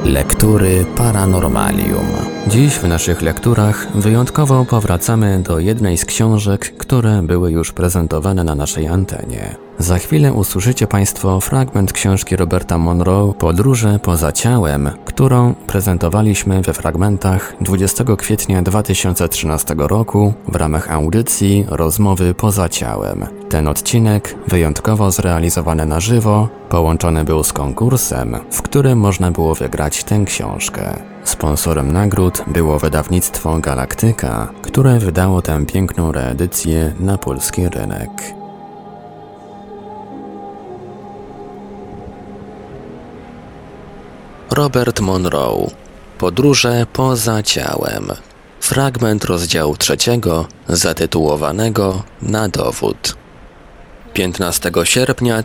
Lektury Paranormalium. Dziś w naszych lekturach wyjątkowo powracamy do jednej z książek, które były już prezentowane na naszej antenie. Za chwilę usłyszycie Państwo fragment książki Roberta Monroe Podróże poza ciałem, którą prezentowaliśmy we fragmentach 20 kwietnia 2013 roku w ramach audycji Rozmowy poza ciałem. Ten odcinek, wyjątkowo zrealizowany na żywo, połączony był z konkursem, w którym można było wygrać tę książkę. Sponsorem nagród było wydawnictwo Galaktyka, które wydało tę piękną reedycję na polski rynek. Robert Monroe. Podróże poza ciałem. Fragment rozdziału 3, zatytułowanego Na dowód. 15 sierpnia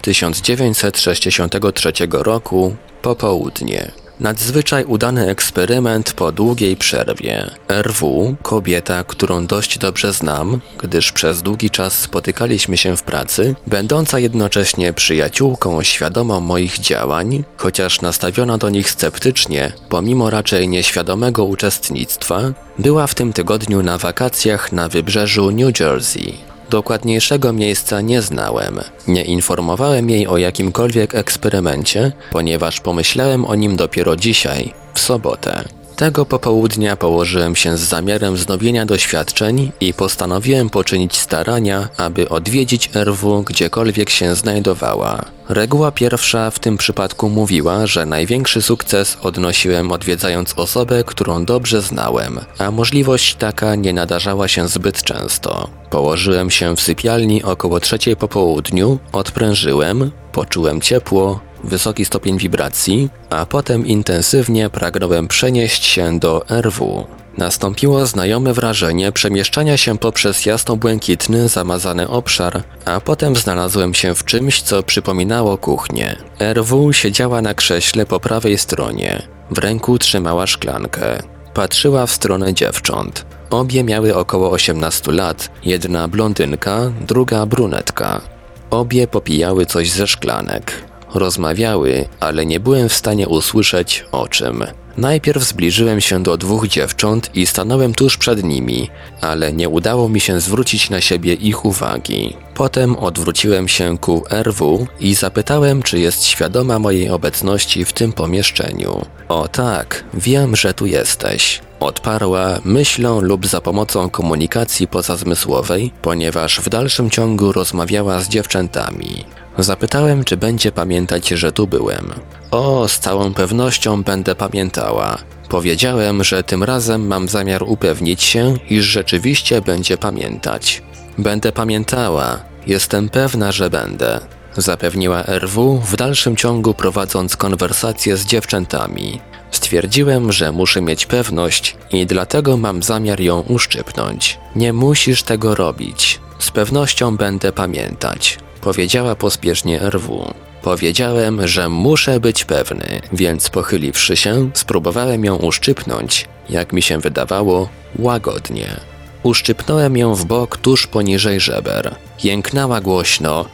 1963 roku, popołudnie. Nadzwyczaj udany eksperyment po długiej przerwie. R.W., kobieta, którą dość dobrze znam, gdyż przez długi czas spotykaliśmy się w pracy, będąca jednocześnie przyjaciółką świadomą moich działań, chociaż nastawiona do nich sceptycznie, pomimo raczej nieświadomego uczestnictwa, była w tym tygodniu na wakacjach na wybrzeżu New Jersey. Dokładniejszego miejsca nie znałem. Nie informowałem jej o jakimkolwiek eksperymencie, ponieważ pomyślałem o nim dopiero dzisiaj, w sobotę. Tego popołudnia położyłem się z zamiarem wznowienia doświadczeń i postanowiłem poczynić starania, aby odwiedzić R.W. gdziekolwiek się znajdowała. Reguła pierwsza w tym przypadku mówiła, że największy sukces odnosiłem odwiedzając osobę, którą dobrze znałem, a możliwość taka nie nadarzała się zbyt często. Położyłem się w sypialni około 3 po południu, odprężyłem, poczułem ciepło, wysoki stopień wibracji, a potem intensywnie pragnąłem przenieść się do R.W. Nastąpiło znajome wrażenie przemieszczania się poprzez jasno-błękitny, zamazany obszar, a potem znalazłem się w czymś, co przypominało kuchnię. R.W. siedziała na krześle po prawej stronie. W ręku trzymała szklankę. Patrzyła w stronę dziewcząt. Obie miały około 18 lat, jedna blondynka, druga brunetka. Obie popijały coś ze szklanek. Rozmawiały, ale nie byłem w stanie usłyszeć o czym. Najpierw zbliżyłem się do 2 dziewcząt i stanąłem tuż przed nimi, ale nie udało mi się zwrócić na siebie ich uwagi. Potem odwróciłem się ku R.W. i zapytałem, czy jest świadoma mojej obecności w tym pomieszczeniu. O tak, wiem, że tu jesteś. Odparła myślą lub za pomocą komunikacji pozazmysłowej, ponieważ w dalszym ciągu rozmawiała z dziewczętami. Zapytałem, czy będzie pamiętać, że tu byłem. O, z całą pewnością będę pamiętała. Powiedziałem, że tym razem mam zamiar upewnić się, iż rzeczywiście będzie pamiętać. Będę pamiętała. Jestem pewna, że będę. Zapewniła R.W. w dalszym ciągu prowadząc konwersację z dziewczętami. Stwierdziłem, że muszę mieć pewność i dlatego mam zamiar ją uszczypnąć. Nie musisz tego robić. Z pewnością będę pamiętać. Powiedziała pospiesznie R.W. Powiedziałem, że muszę być pewny, więc pochyliwszy się, spróbowałem ją uszczypnąć, jak mi się wydawało, łagodnie. Uszczypnąłem ją w bok tuż poniżej żeber. Jęknęła głośno,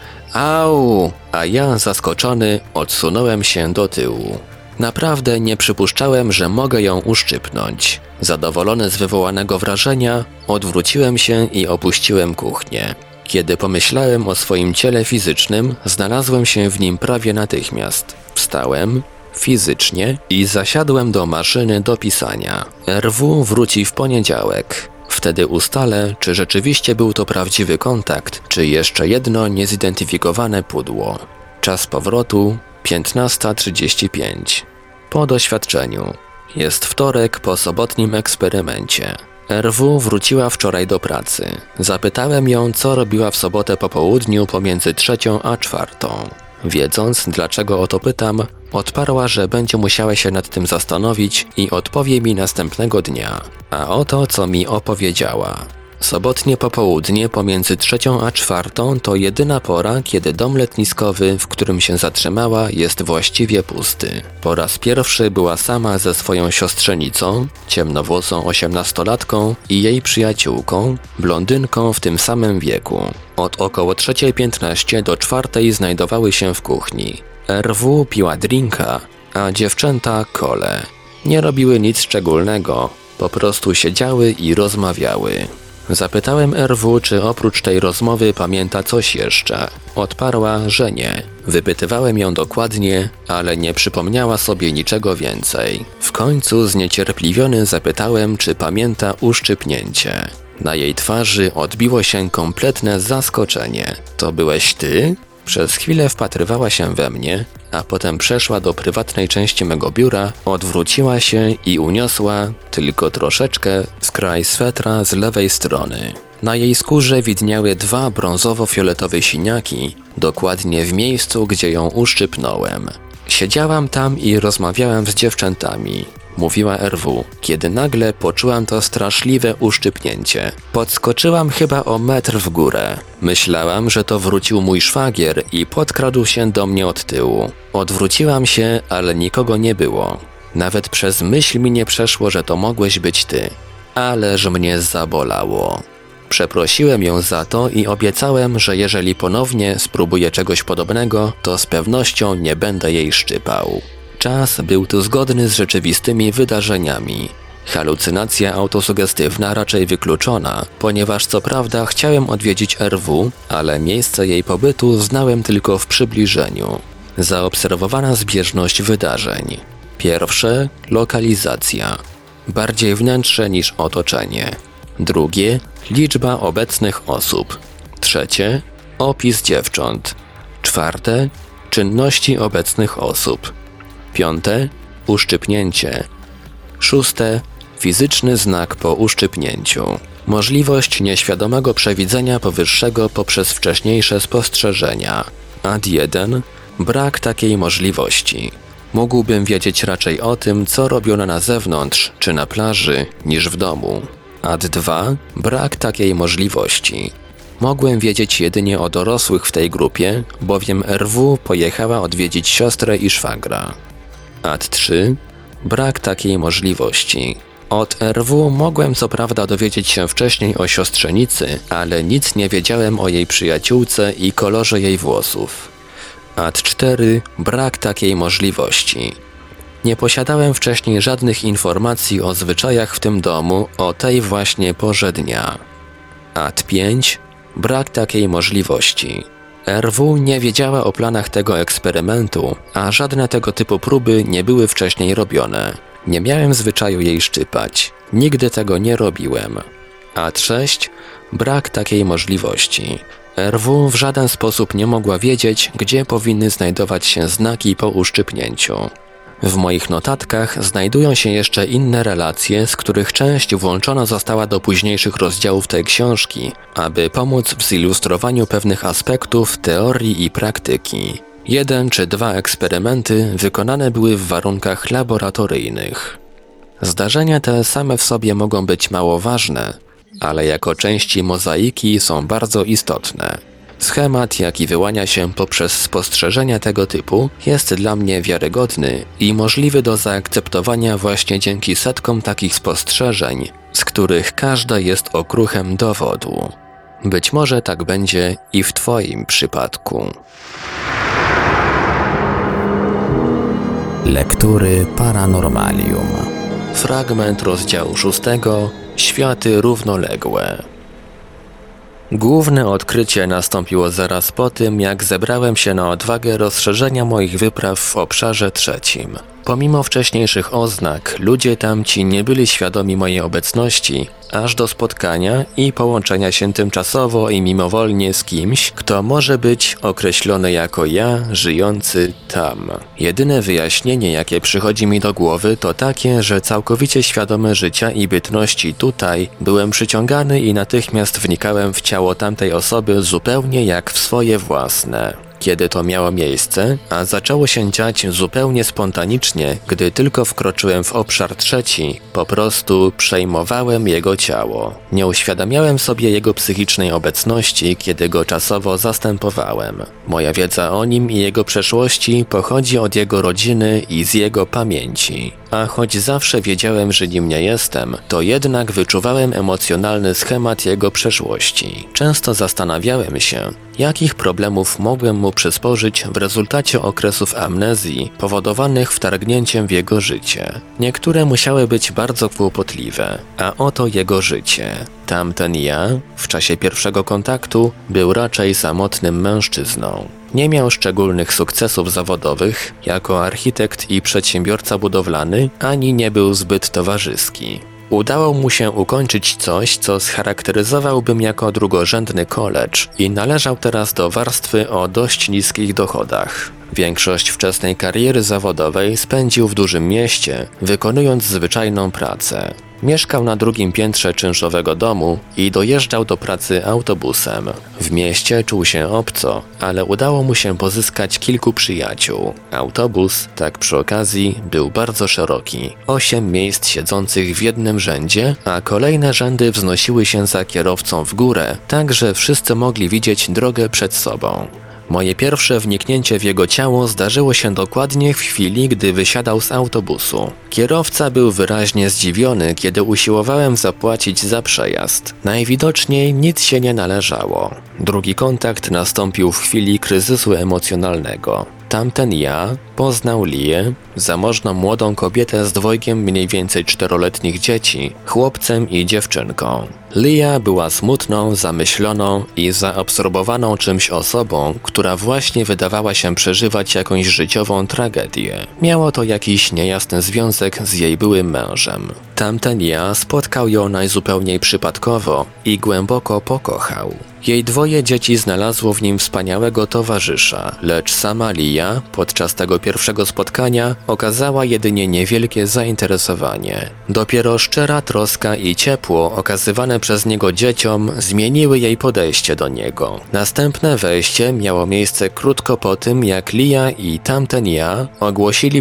au, a ja zaskoczony odsunąłem się do tyłu. Naprawdę nie przypuszczałem, że mogę ją uszczypnąć. Zadowolony z wywołanego wrażenia, odwróciłem się i opuściłem kuchnię. Kiedy pomyślałem o swoim ciele fizycznym, znalazłem się w nim prawie natychmiast. Wstałem, fizycznie, i zasiadłem do maszyny do pisania. R.W. wróci w poniedziałek. Wtedy ustalę, czy rzeczywiście był to prawdziwy kontakt, czy jeszcze jedno niezidentyfikowane pudło. Czas powrotu 15:35. Po doświadczeniu. Jest wtorek po sobotnim eksperymencie. R.W. wróciła wczoraj do pracy. Zapytałem ją, co robiła w sobotę po południu pomiędzy 3 a 4. Wiedząc, dlaczego o to pytam, odparła, że będzie musiała się nad tym zastanowić i odpowie mi następnego dnia. A oto, co mi opowiedziała. Sobotnie popołudnie pomiędzy 3 a 4 to jedyna pora, kiedy dom letniskowy, w którym się zatrzymała, jest właściwie pusty. Po raz pierwszy była sama ze swoją siostrzenicą, ciemnowłosą 18-latką i jej przyjaciółką, blondynką w tym samym wieku. Od około 3:15 do 4 znajdowały się w kuchni. R.W. piła drinka, a dziewczęta kolę. Nie robiły nic szczególnego, po prostu siedziały i rozmawiały. Zapytałem RW, czy oprócz tej rozmowy pamięta coś jeszcze. Odparła, że nie. Wypytywałem ją dokładnie, ale nie przypomniała sobie niczego więcej. W końcu zniecierpliwiony zapytałem, czy pamięta uszczypnięcie. Na jej twarzy odbiło się kompletne zaskoczenie. To byłeś ty? Przez chwilę wpatrywała się we mnie, a potem przeszła do prywatnej części mego biura, odwróciła się i uniosła, tylko troszeczkę, skraj swetra z lewej strony. Na jej skórze widniały 2 brązowo-fioletowe siniaki, dokładnie w miejscu, gdzie ją uszczypnąłem. Siedziałam tam i rozmawiałem z dziewczętami, mówiła RW, kiedy nagle poczułam to straszliwe uszczypnięcie. Podskoczyłam chyba o metr w górę. Myślałam, że to wrócił mój szwagier i podkradł się do mnie od tyłu. Odwróciłam się, ale nikogo nie było. Nawet przez myśl mi nie przeszło, że to mogłeś być ty. Ależ mnie zabolało. Przeprosiłem ją za to i obiecałem, że jeżeli ponownie spróbuję czegoś podobnego, to z pewnością nie będę jej szczypał. Czas był tu zgodny z rzeczywistymi wydarzeniami. Halucynacja autosugestywna raczej wykluczona, ponieważ co prawda chciałem odwiedzić RW, ale miejsce jej pobytu znałem tylko w przybliżeniu. Zaobserwowana zbieżność wydarzeń. Pierwsze, lokalizacja. Bardziej wnętrze niż otoczenie. Drugie, liczba obecnych osób. Trzecie, opis dziewcząt. Czwarte, czynności obecnych osób. Piąte, uszczypnięcie. Szóste, fizyczny znak po uszczypnięciu. Możliwość nieświadomego przewidzenia powyższego poprzez wcześniejsze spostrzeżenia. Ad 1. Brak takiej możliwości. Mógłbym wiedzieć raczej o tym, co robiono na zewnątrz czy na plaży, niż w domu. Ad 2. Brak takiej możliwości. Mogłem wiedzieć jedynie o dorosłych w tej grupie, bowiem RW pojechała odwiedzić siostrę i szwagra. Ad 3. Brak takiej możliwości. Od RW mogłem co prawda dowiedzieć się wcześniej o siostrzenicy, ale nic nie wiedziałem o jej przyjaciółce i kolorze jej włosów. Ad 4. Brak takiej możliwości. Nie posiadałem wcześniej żadnych informacji o zwyczajach w tym domu o tej właśnie porze dnia. Ad 5. Brak takiej możliwości. RW nie wiedziała o planach tego eksperymentu, a żadne tego typu próby nie były wcześniej robione. Nie miałem zwyczaju jej szczypać. Nigdy tego nie robiłem. Ad 6. Brak takiej możliwości. RW w żaden sposób nie mogła wiedzieć, gdzie powinny znajdować się znaki po uszczypnięciu. W moich notatkach znajdują się jeszcze inne relacje, z których część włączona została do późniejszych rozdziałów tej książki, aby pomóc w zilustrowaniu pewnych aspektów teorii i praktyki. 1 czy 2 eksperymenty wykonane były w warunkach laboratoryjnych. Zdarzenia te same w sobie mogą być mało ważne, ale jako części mozaiki są bardzo istotne. Schemat, jaki wyłania się poprzez spostrzeżenia tego typu, jest dla mnie wiarygodny i możliwy do zaakceptowania właśnie dzięki setkom takich spostrzeżeń, z których każda jest okruchem dowodu. Być może tak będzie i w Twoim przypadku. Lektury Paranormalium. Fragment rozdziału 6. Światy równoległe. Główne odkrycie nastąpiło zaraz po tym, jak zebrałem się na odwagę rozszerzenia moich wypraw w obszarze 3. Pomimo wcześniejszych oznak, ludzie tamci nie byli świadomi mojej obecności, aż do spotkania i połączenia się tymczasowo i mimowolnie z kimś, kto może być określony jako ja, żyjący tam. Jedyne wyjaśnienie, jakie przychodzi mi do głowy, to takie, że całkowicie świadomy życia i bytności tutaj, byłem przyciągany i natychmiast wnikałem w ciało tamtej osoby zupełnie jak w swoje własne. Kiedy to miało miejsce, a zaczęło się dziać zupełnie spontanicznie, gdy tylko wkroczyłem w obszar 3, po prostu przejmowałem jego ciało. Nie uświadamiałem sobie jego psychicznej obecności, kiedy go czasowo zastępowałem. Moja wiedza o nim i jego przeszłości pochodzi od jego rodziny i z jego pamięci. a choć zawsze wiedziałem, że nim nie jestem, to jednak wyczuwałem emocjonalny schemat jego przeszłości. Często zastanawiałem się, jakich problemów mogłem mu przysporzyć w rezultacie okresów amnezji powodowanych wtargnięciem w jego życie. Niektóre musiały być bardzo kłopotliwe, a oto jego życie. Tamten ja, w czasie pierwszego kontaktu, był raczej samotnym mężczyzną. Nie miał szczególnych sukcesów zawodowych jako architekt i przedsiębiorca budowlany, ani nie był zbyt towarzyski. Udało mu się ukończyć coś, co scharakteryzowałbym jako drugorzędny college i należał teraz do warstwy o dość niskich dochodach. Większość wczesnej kariery zawodowej spędził w dużym mieście, wykonując zwyczajną pracę. Mieszkał na drugim piętrze czynszowego domu i dojeżdżał do pracy autobusem. W mieście czuł się obco, ale udało mu się pozyskać kilku przyjaciół. Autobus, tak przy okazji, był bardzo szeroki. 8 miejsc siedzących w jednym rzędzie, a kolejne rzędy wznosiły się za kierowcą w górę, tak że wszyscy mogli widzieć drogę przed sobą. Moje pierwsze wniknięcie w jego ciało zdarzyło się dokładnie w chwili, gdy wysiadał z autobusu. Kierowca był wyraźnie zdziwiony, kiedy usiłowałem zapłacić za przejazd. Najwidoczniej nic się nie należało. Drugi kontakt nastąpił w chwili kryzysu emocjonalnego. Tamten ja poznał Lię, zamożną młodą kobietę z dwojgiem mniej więcej 4-letnich dzieci, chłopcem i dziewczynką. Lia była smutną, zamyśloną i zaabsorbowaną czymś osobą, która właśnie wydawała się przeżywać jakąś życiową tragedię. Miało to jakiś niejasny związek z jej byłym mężem. Tamten ja spotkał ją najzupełniej przypadkowo i głęboko pokochał. Jej 2 dzieci znalazło w nim wspaniałego towarzysza, lecz sama Lia podczas tego pierwszego spotkania okazała jedynie niewielkie zainteresowanie. Dopiero szczera troska i ciepło okazywane przez niego dzieciom zmieniły jej podejście do niego. Następne wejście miało miejsce krótko po tym, jak Lia i tamten ja ogłosili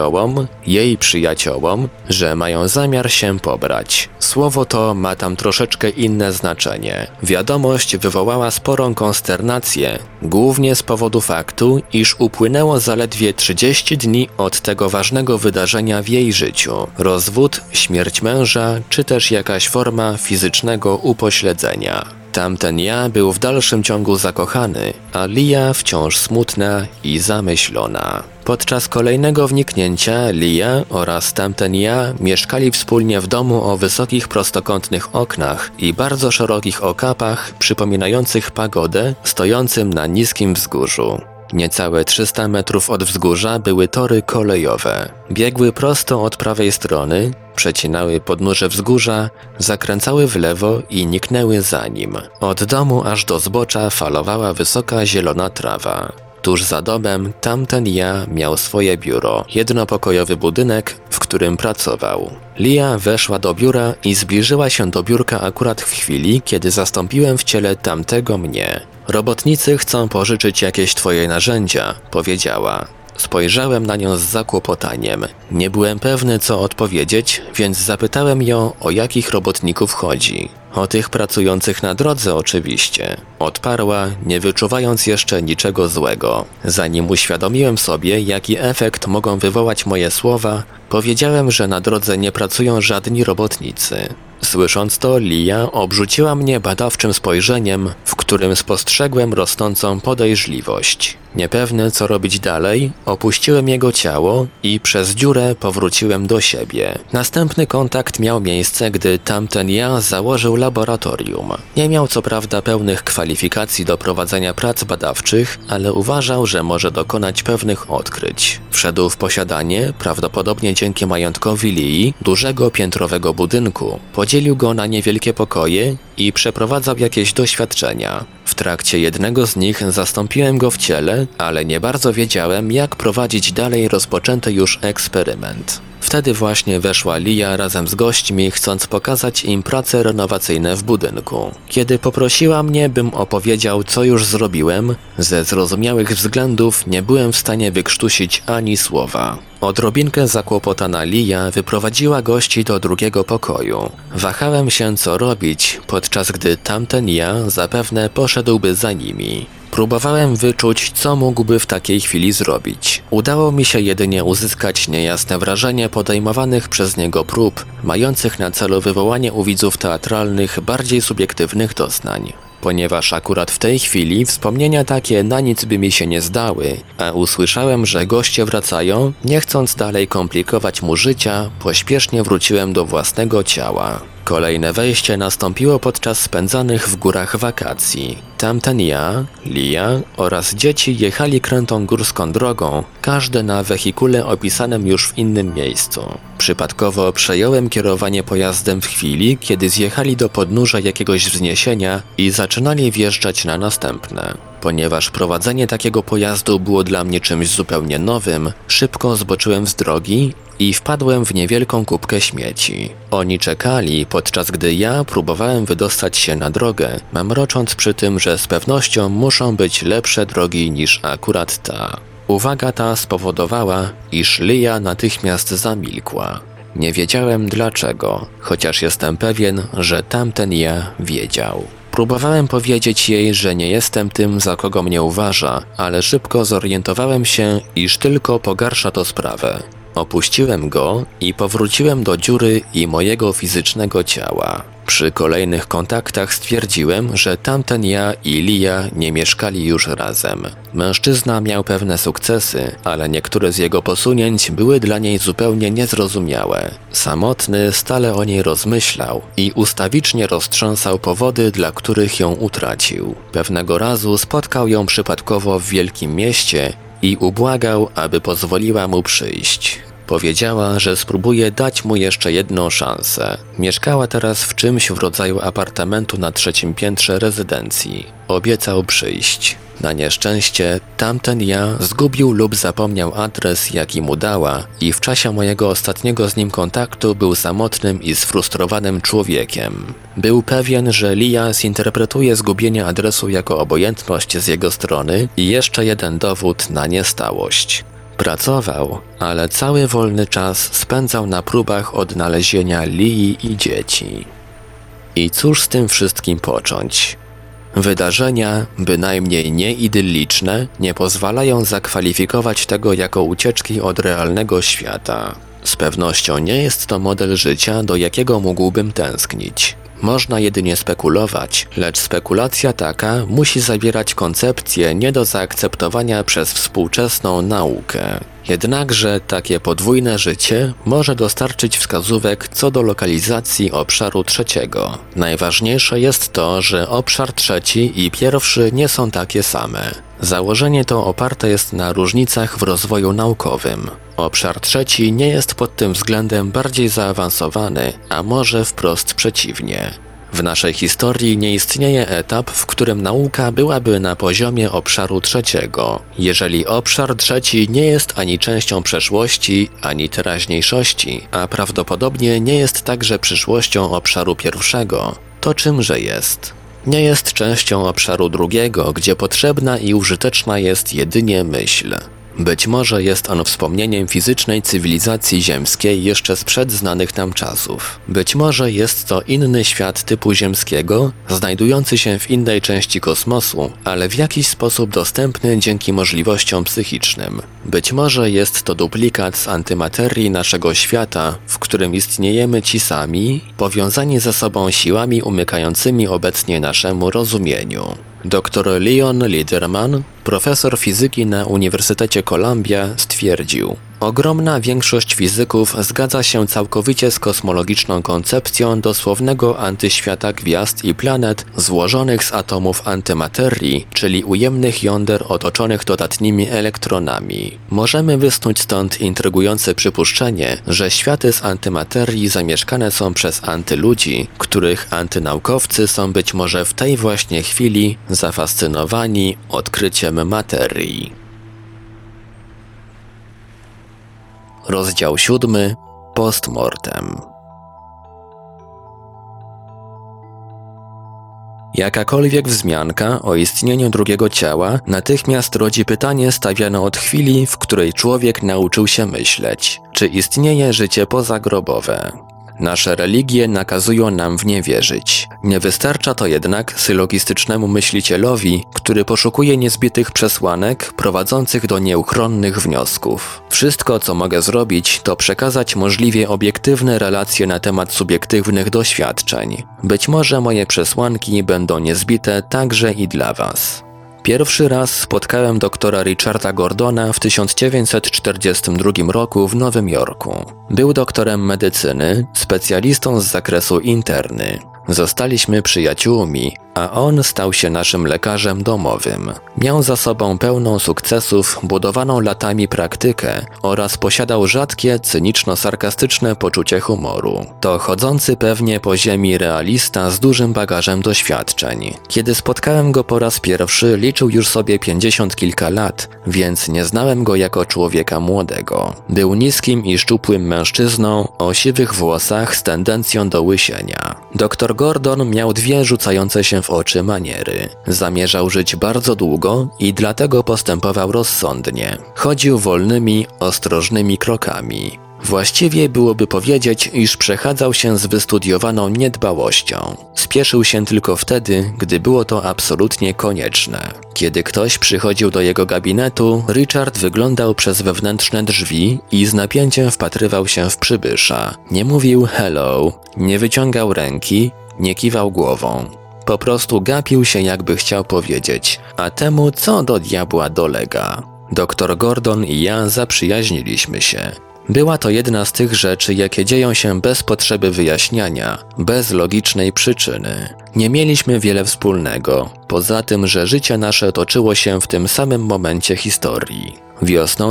jej przyjaciołom, że mają zamiar się pobrać. Słowo to ma tam troszeczkę inne znaczenie. Wiadomość wywołała sporą konsternację, głównie z powodu faktu, iż upłynęło zaledwie 30 dni od tego ważnego wydarzenia w jej życiu. Rozwód, śmierć męża, czy też jakaś forma fizycznego upośledzenia. Tamten ja był w dalszym ciągu zakochany, a Lia wciąż smutna i zamyślona. Podczas kolejnego wniknięcia Lia oraz tamten ja mieszkali wspólnie w domu o wysokich prostokątnych oknach i bardzo szerokich okapach przypominających pagodę stojącym na niskim wzgórzu. Niecałe 300 metrów od wzgórza były tory kolejowe. Biegły prosto od prawej strony, przecinały podnóże wzgórza, zakręcały w lewo i niknęły za nim. Od domu aż do zbocza falowała wysoka zielona trawa. Tuż za domem tamten ja miał swoje biuro, jednopokojowy budynek, w którym pracował. Lia weszła do biura i zbliżyła się do biurka akurat w chwili, kiedy zastąpiłem w ciele tamtego mnie. Robotnicy chcą pożyczyć jakieś twoje narzędzia, powiedziała. Spojrzałem na nią z zakłopotaniem. Nie byłem pewny, co odpowiedzieć, więc zapytałem ją, o jakich robotników chodzi. O tych pracujących na drodze oczywiście, odparła, nie wyczuwając jeszcze niczego złego. Zanim uświadomiłem sobie, jaki efekt mogą wywołać moje słowa, powiedziałem, że na drodze nie pracują żadni robotnicy. Słysząc to, Lia obrzuciła mnie badawczym spojrzeniem, w którym spostrzegłem rosnącą podejrzliwość. Niepewny, co robić dalej, opuściłem jego ciało i przez dziurę powróciłem do siebie. Następny kontakt miał miejsce, gdy tamten ja założył laboratorium. Nie miał co prawda pełnych kwalifikacji do prowadzenia prac badawczych, ale uważał, że może dokonać pewnych odkryć. Wszedł w posiadanie, prawdopodobnie dzięki majątkowi Lii, dużego piętrowego budynku. Podzielił go na niewielkie pokoje i przeprowadzał jakieś doświadczenia. W trakcie jednego z nich zastąpiłem go w ciele, ale nie bardzo wiedziałem, jak prowadzić dalej rozpoczęty już eksperyment. Wtedy właśnie weszła Lia razem z gośćmi, chcąc pokazać im prace renowacyjne w budynku. Kiedy poprosiła mnie, bym opowiedział, co już zrobiłem, ze zrozumiałych względów nie byłem w stanie wykrztusić ani słowa. Odrobinkę zakłopotana Lia wyprowadziła gości do drugiego pokoju. Wahałem się, co robić, podczas gdy tamten ja zapewne poszedłby za nimi. Próbowałem wyczuć, co mógłby w takiej chwili zrobić. Udało mi się jedynie uzyskać niejasne wrażenie podejmowanych przez niego prób, mających na celu wywołanie u widzów teatralnych bardziej subiektywnych doznań. Ponieważ akurat w tej chwili wspomnienia takie na nic by mi się nie zdały, a usłyszałem, że goście wracają, nie chcąc dalej komplikować mu życia, pośpiesznie wróciłem do własnego ciała. Kolejne wejście nastąpiło podczas spędzanych w górach wakacji. Tamten ja, Lia oraz dzieci jechali krętą górską drogą, każde na wehikule opisanym już w innym miejscu. Przypadkowo przejąłem kierowanie pojazdem w chwili, kiedy zjechali do podnóża jakiegoś wzniesienia i zaczynali wjeżdżać na następne. Ponieważ prowadzenie takiego pojazdu było dla mnie czymś zupełnie nowym, szybko zboczyłem z drogi i wpadłem w niewielką kupkę śmieci. Oni czekali, podczas gdy ja próbowałem wydostać się na drogę, mamrocząc przy tym, że z pewnością muszą być lepsze drogi niż akurat ta. Uwaga ta spowodowała, iż Lia natychmiast zamilkła. Nie wiedziałem dlaczego, chociaż jestem pewien, że tamten ja wiedział. Próbowałem powiedzieć jej, że nie jestem tym, za kogo mnie uważa, ale szybko zorientowałem się, iż tylko pogarsza to sprawę. Opuściłem go i powróciłem do dziury i mojego fizycznego ciała. Przy kolejnych kontaktach stwierdziłem, że tamten ja i Lia nie mieszkali już razem. Mężczyzna miał pewne sukcesy, ale niektóre z jego posunięć były dla niej zupełnie niezrozumiałe. Samotny stale o niej rozmyślał i ustawicznie roztrząsał powody, dla których ją utracił. Pewnego razu spotkał ją przypadkowo w wielkim mieście i ubłagał, aby pozwoliła mu przyjść. Powiedziała, że spróbuje dać mu jeszcze jedną szansę. Mieszkała teraz w czymś w rodzaju apartamentu na 3. piętrze rezydencji. Obiecał przyjść. Na nieszczęście tamten ja zgubił lub zapomniał adres, jaki mu dała i w czasie mojego ostatniego z nim kontaktu był samotnym i sfrustrowanym człowiekiem. Był pewien, że Lia zinterpretuje zgubienie adresu jako obojętność z jego strony i jeszcze jeden dowód na niestałość. Pracował, ale cały wolny czas spędzał na próbach odnalezienia Lii i dzieci. I cóż z tym wszystkim począć? Wydarzenia, bynajmniej nieidylliczne, nie pozwalają zakwalifikować tego jako ucieczki od realnego świata. Z pewnością nie jest to model życia, do jakiego mógłbym tęsknić. Można jedynie spekulować, lecz spekulacja taka musi zawierać koncepcję nie do zaakceptowania przez współczesną naukę. Jednakże takie podwójne życie może dostarczyć wskazówek co do lokalizacji obszaru trzeciego. Najważniejsze jest to, że obszar trzeci i pierwszy nie są takie same. Założenie to oparte jest na różnicach w rozwoju naukowym. Obszar trzeci nie jest pod tym względem bardziej zaawansowany, a może wprost przeciwnie. W naszej historii nie istnieje etap, w którym nauka byłaby na poziomie obszaru trzeciego. Jeżeli obszar trzeci nie jest ani częścią przeszłości, ani teraźniejszości, a prawdopodobnie nie jest także przyszłością obszaru pierwszego, to czymże jest? Nie jest częścią obszaru drugiego, gdzie potrzebna i użyteczna jest jedynie myśl. Być może jest on wspomnieniem fizycznej cywilizacji ziemskiej jeszcze sprzed znanych nam czasów. Być może jest to inny świat typu ziemskiego, znajdujący się w innej części kosmosu, ale w jakiś sposób dostępny dzięki możliwościom psychicznym. Być może jest to duplikat z antymaterii naszego świata, w którym istniejemy ci sami, powiązani ze sobą siłami umykającymi obecnie naszemu rozumieniu. Dr Leon Lederman, profesor fizyki na Uniwersytecie Columbia, stwierdził: ogromna większość fizyków zgadza się całkowicie z kosmologiczną koncepcją dosłownego antyświata gwiazd i planet złożonych z atomów antymaterii, czyli ujemnych jąder otoczonych dodatnimi elektronami. Możemy wysnuć stąd intrygujące przypuszczenie, że światy z antymaterii zamieszkane są przez antyludzi, których antynaukowcy są być może w tej właśnie chwili zafascynowani odkryciem materii. Rozdział 7. Postmortem. Jakakolwiek wzmianka o istnieniu drugiego ciała natychmiast rodzi pytanie stawiane od chwili, w której człowiek nauczył się myśleć. Czy istnieje życie pozagrobowe? Nasze religie nakazują nam w nie wierzyć. Nie wystarcza to jednak sylogistycznemu myślicielowi, który poszukuje niezbitych przesłanek prowadzących do nieuchronnych wniosków. Wszystko, co mogę zrobić, to przekazać możliwie obiektywne relacje na temat subiektywnych doświadczeń. Być może moje przesłanki będą niezbite także i dla Was. Pierwszy raz spotkałem doktora Richarda Gordona w 1942 roku w Nowym Jorku. Był doktorem medycyny, specjalistą z zakresu interny. Zostaliśmy przyjaciółmi, a on stał się naszym lekarzem domowym. Miał za sobą pełną sukcesów, budowaną latami praktykę oraz posiadał rzadkie, cyniczno-sarkastyczne poczucie humoru. To chodzący pewnie po ziemi realista z dużym bagażem doświadczeń. Kiedy spotkałem go po raz pierwszy, liczył już sobie 50 kilka lat, więc nie znałem go jako człowieka młodego. Był niskim i szczupłym mężczyzną o siwych włosach z tendencją do łysienia. Dr Gordon miał dwie rzucające się w oczy maniery. Zamierzał żyć bardzo długo i dlatego postępował rozsądnie. Chodził wolnymi, ostrożnymi krokami. Właściwie byłoby powiedzieć, iż przechadzał się z wystudiowaną niedbałością. Spieszył się tylko wtedy, gdy było to absolutnie konieczne. Kiedy ktoś przychodził do jego gabinetu, Richard wyglądał przez wewnętrzne drzwi i z napięciem wpatrywał się w przybysza. Nie mówił hello, nie wyciągał ręki, nie kiwał głową. Po prostu gapił się, jakby chciał powiedzieć, a temu co do diabła dolega. Dr Gordon i ja zaprzyjaźniliśmy się. Była to jedna z tych rzeczy, jakie dzieją się bez potrzeby wyjaśniania, bez logicznej przyczyny. Nie mieliśmy wiele wspólnego, poza tym, że życie nasze toczyło się w tym samym momencie historii. Wiosną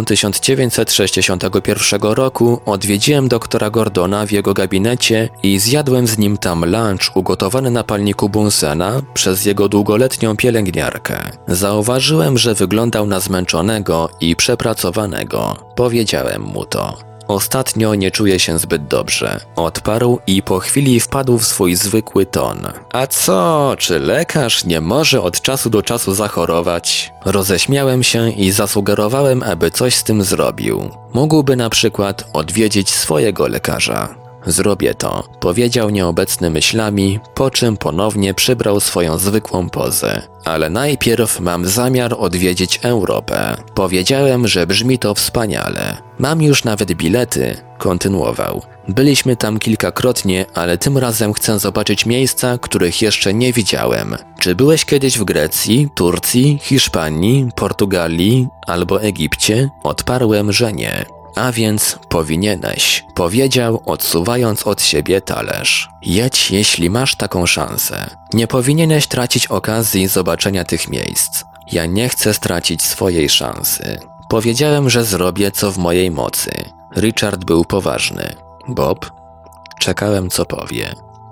1961 roku odwiedziłem doktora Gordona w jego gabinecie i zjadłem z nim tam lunch ugotowany na palniku Bunsena przez jego długoletnią pielęgniarkę. Zauważyłem, że wyglądał na zmęczonego i przepracowanego. Powiedziałem mu to. Ostatnio nie czuję się zbyt dobrze. Odparł i po chwili wpadł w swój zwykły ton. A co, czy lekarz nie może od czasu do czasu zachorować? Roześmiałem się i zasugerowałem, aby coś z tym zrobił. Mógłby na przykład odwiedzić swojego lekarza. Zrobię to, powiedział nieobecny myślami, po czym ponownie przybrał swoją zwykłą pozę. Ale najpierw mam zamiar odwiedzić Europę. Powiedziałem, że brzmi to wspaniale. Mam już nawet bilety, kontynuował. Byliśmy tam kilkakrotnie, ale tym razem chcę zobaczyć miejsca, których jeszcze nie widziałem. Czy byłeś kiedyś w Grecji, Turcji, Hiszpanii, Portugalii albo Egipcie? Odparłem, że nie. A więc powinieneś, powiedział, odsuwając od siebie talerz. Jedź, jeśli masz taką szansę. Nie powinieneś tracić okazji zobaczenia tych miejsc. Ja nie chcę stracić swojej szansy. Powiedziałem, że zrobię, co w mojej mocy. Richard był poważny. Bob? Czekałem, co powie.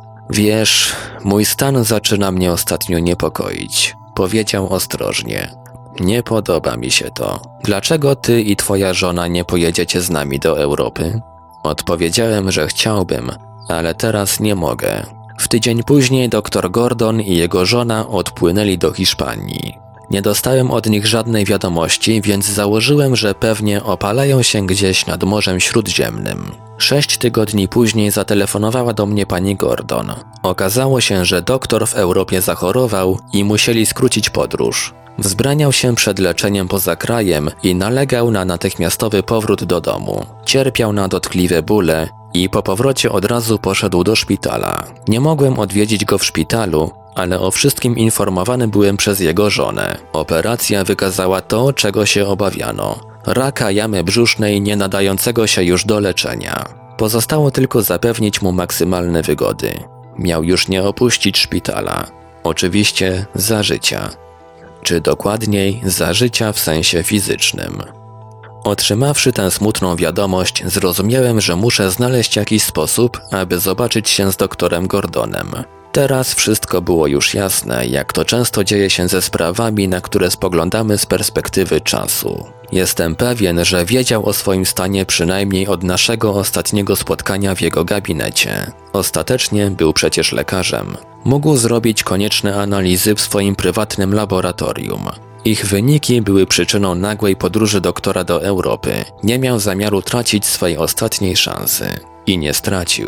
Wiesz, mój stan zaczyna mnie ostatnio niepokoić. Powiedział ostrożnie. Nie podoba mi się to. Dlaczego ty i twoja żona nie pojedziecie z nami do Europy? Odpowiedziałem, że chciałbym, ale teraz nie mogę. W tydzień później dr Gordon i jego żona odpłynęli do Hiszpanii. Nie dostałem od nich żadnej wiadomości, więc założyłem, że pewnie opalają się gdzieś nad Morzem Śródziemnym. 6 tygodni później zatelefonowała do mnie pani Gordon. Okazało się, że doktor w Europie zachorował i musieli skrócić podróż. Wzbraniał się przed leczeniem poza krajem i nalegał na natychmiastowy powrót do domu. Cierpiał na dotkliwe bóle i po powrocie od razu poszedł do szpitala. Nie mogłem odwiedzić go w szpitalu, ale o wszystkim informowany byłem przez jego żonę. Operacja wykazała to, czego się obawiano. Raka jamy brzusznej nie nadającego się już do leczenia. Pozostało tylko zapewnić mu maksymalne wygody. Miał już nie opuścić szpitala. Oczywiście za życia. Czy dokładniej za życia w sensie fizycznym. Otrzymawszy tę smutną wiadomość, zrozumiałem, że muszę znaleźć jakiś sposób, aby zobaczyć się z doktorem Gordonem. Teraz wszystko było już jasne, jak to często dzieje się ze sprawami, na które spoglądamy z perspektywy czasu. Jestem pewien, że wiedział o swoim stanie przynajmniej od naszego ostatniego spotkania w jego gabinecie. Ostatecznie był przecież lekarzem. Mógł zrobić konieczne analizy w swoim prywatnym laboratorium. Ich wyniki były przyczyną nagłej podróży doktora do Europy. Nie miał zamiaru tracić swej ostatniej szansy. I nie stracił.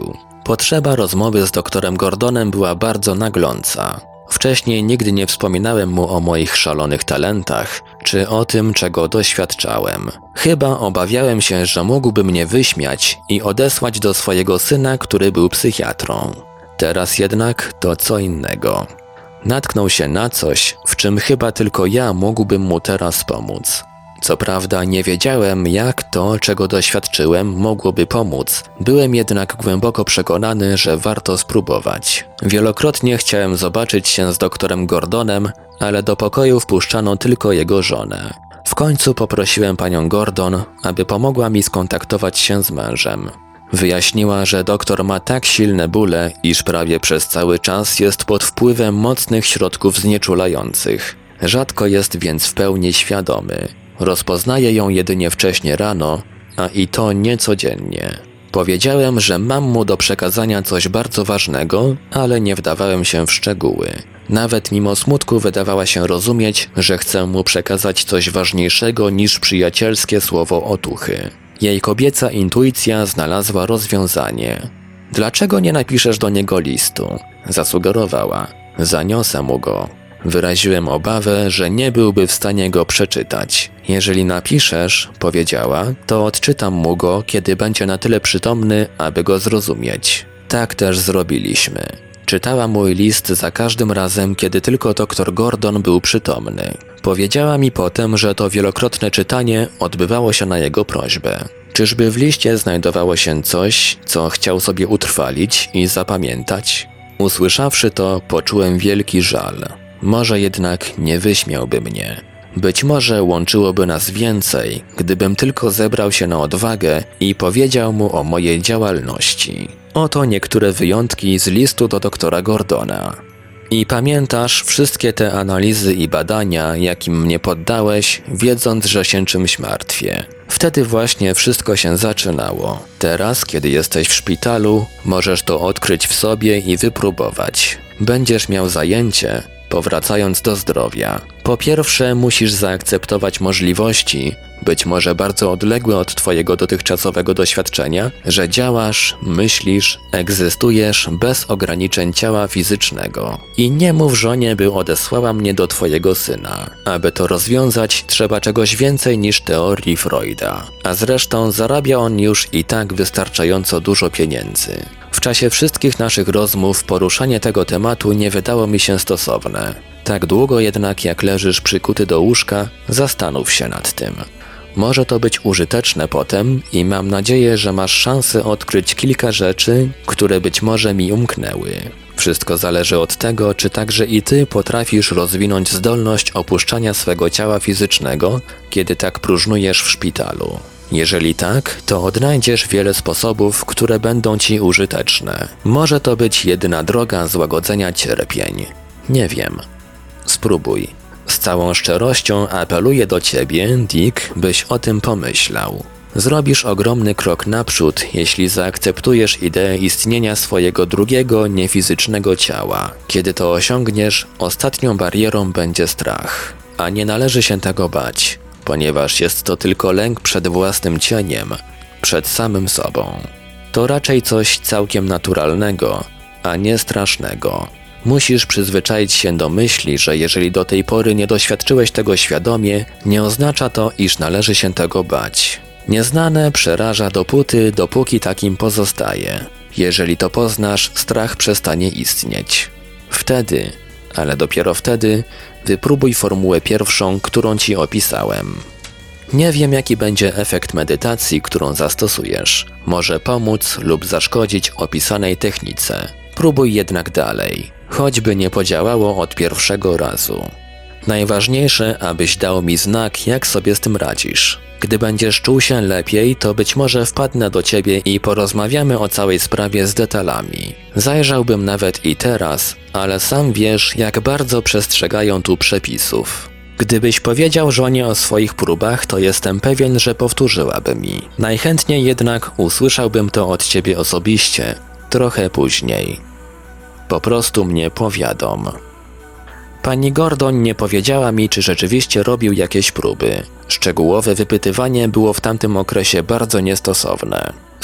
Potrzeba rozmowy z doktorem Gordonem była bardzo nagląca. Wcześniej nigdy nie wspominałem mu o moich szalonych talentach, czy o tym, czego doświadczałem. Chyba obawiałem się, że mógłby mnie wyśmiać i odesłać do swojego syna, który był psychiatrą. Teraz jednak to co innego. Natknął się na coś, w czym chyba tylko ja mógłbym mu teraz pomóc. Co prawda nie wiedziałem, jak to, czego doświadczyłem, mogłoby pomóc. Byłem jednak głęboko przekonany, że warto spróbować. Wielokrotnie chciałem zobaczyć się z doktorem Gordonem, ale do pokoju wpuszczano tylko jego żonę. W końcu poprosiłem panią Gordon, aby pomogła mi skontaktować się z mężem. Wyjaśniła, że doktor ma tak silne bóle, iż prawie przez cały czas jest pod wpływem mocnych środków znieczulających. Rzadko jest więc w pełni świadomy. Rozpoznaje ją jedynie wcześnie rano, a i to nie codziennie. Powiedziałem, że mam mu do przekazania coś bardzo ważnego, ale nie wdawałem się w szczegóły. Nawet mimo smutku wydawała się rozumieć, że chcę mu przekazać coś ważniejszego niż przyjacielskie słowo otuchy. Jej kobieca intuicja znalazła rozwiązanie. Dlaczego nie napiszesz do niego listu? Zasugerowała. Zaniosę mu go. Wyraziłem obawę, że nie byłby w stanie go przeczytać. Jeżeli napiszesz, powiedziała, to odczytam mu go, kiedy będzie na tyle przytomny, aby go zrozumieć. Tak też zrobiliśmy. Czytała mój list za każdym razem, kiedy tylko dr Gordon był przytomny. Powiedziała mi potem, że to wielokrotne czytanie odbywało się na jego prośbę. Czyżby w liście znajdowało się coś, co chciał sobie utrwalić i zapamiętać? Usłyszawszy to, poczułem wielki żal. Może jednak nie wyśmiałby mnie. Być może łączyłoby nas więcej, gdybym tylko zebrał się na odwagę i powiedział mu o mojej działalności. Oto niektóre wyjątki z listu do doktora Gordona. I pamiętasz wszystkie te analizy i badania, jakim mnie poddałeś, wiedząc, że się czymś martwię. Wtedy właśnie wszystko się zaczynało. Teraz, kiedy jesteś w szpitalu, możesz to odkryć w sobie i wypróbować. Będziesz miał zajęcie, powracając do zdrowia. Po pierwsze, musisz zaakceptować możliwości, być może bardzo odległe od twojego dotychczasowego doświadczenia, że działasz, myślisz, egzystujesz bez ograniczeń ciała fizycznego. I nie mów żonie, by odesłała mnie do twojego syna. Aby to rozwiązać, trzeba czegoś więcej niż teorii Freuda. A zresztą zarabia on już i tak wystarczająco dużo pieniędzy. W czasie wszystkich naszych rozmów poruszanie tego tematu nie wydało mi się stosowne. Tak długo jednak jak leżysz przykuty do łóżka, zastanów się nad tym. Może to być użyteczne potem i mam nadzieję, że masz szansę odkryć kilka rzeczy, które być może mi umknęły. Wszystko zależy od tego, czy także i ty potrafisz rozwinąć zdolność opuszczania swego ciała fizycznego, kiedy tak próżnujesz w szpitalu. Jeżeli tak, to odnajdziesz wiele sposobów, które będą ci użyteczne. Może to być jedyna droga złagodzenia cierpień. Nie wiem. Spróbuj. Z całą szczerością apeluję do ciebie, Dick, byś o tym pomyślał. Zrobisz ogromny krok naprzód, jeśli zaakceptujesz ideę istnienia swojego drugiego, niefizycznego ciała. Kiedy to osiągniesz, ostatnią barierą będzie strach. A nie należy się tego bać, ponieważ jest to tylko lęk przed własnym cieniem, przed samym sobą. To raczej coś całkiem naturalnego, a nie strasznego. Musisz przyzwyczaić się do myśli, że jeżeli do tej pory nie doświadczyłeś tego świadomie, nie oznacza to, iż należy się tego bać. Nieznane przeraża dopóki takim pozostaje. Jeżeli to poznasz, strach przestanie istnieć. Wtedy, ale dopiero wtedy, wypróbuj formułę pierwszą, którą ci opisałem. Nie wiem, jaki będzie efekt medytacji, którą zastosujesz. Może pomóc lub zaszkodzić opisanej technice. Próbuj jednak dalej, choćby nie podziałało od pierwszego razu. Najważniejsze, abyś dał mi znak, jak sobie z tym radzisz. Gdy będziesz czuł się lepiej, to być może wpadnę do ciebie i porozmawiamy o całej sprawie z detalami. Zajrzałbym nawet i teraz, ale sam wiesz, jak bardzo przestrzegają tu przepisów. Gdybyś powiedział żonie o swoich próbach, to jestem pewien, że powtórzyłaby mi. Najchętniej jednak usłyszałbym to od ciebie osobiście, trochę później. Po prostu mnie powiadom. Pani Gordon nie powiedziała mi, czy rzeczywiście robił jakieś próby. Szczegółowe wypytywanie było w tamtym okresie bardzo niestosowne.